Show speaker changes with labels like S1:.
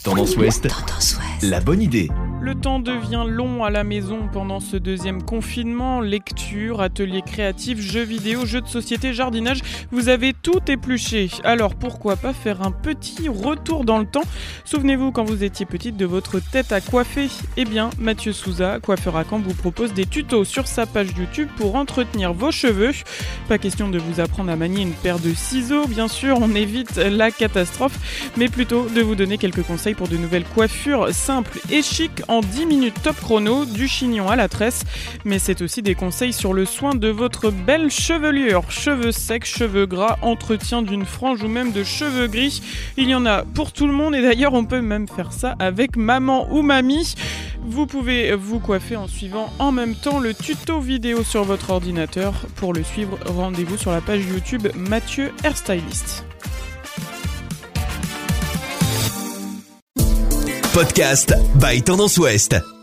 S1: Tendance Ouest, la bonne idée.
S2: Le temps devient long à la maison pendant ce deuxième confinement. Lecture, ateliers créatifs, jeux vidéo, jeux de société, jardinage, vous avez tout épluché. Alors pourquoi pas faire un petit retour dans le temps ? Souvenez-vous quand vous étiez petite de votre tête à coiffer ? Eh bien, Mathieu Souza, coiffeur à Caen, vous propose des tutos sur sa page YouTube pour entretenir vos cheveux. Pas question de vous apprendre à manier une paire de ciseaux, bien sûr, on évite la catastrophe, mais plutôt de vous donner quelques conseils pour de nouvelles coiffures simples et chic en 10 minutes top chrono, du chignon à la tresse. Mais c'est aussi des conseils sur le soin de votre belle chevelure. Cheveux secs, cheveux gras, entretien d'une frange ou même de cheveux gris. Il y en a pour tout le monde et d'ailleurs on peut même faire ça avec maman ou mamie. Vous pouvez vous coiffer en suivant en même temps le tuto vidéo sur votre ordinateur. Pour le suivre, rendez-vous sur la page YouTube Mathieu Hairstylist.
S1: Podcast by Tendance Ouest.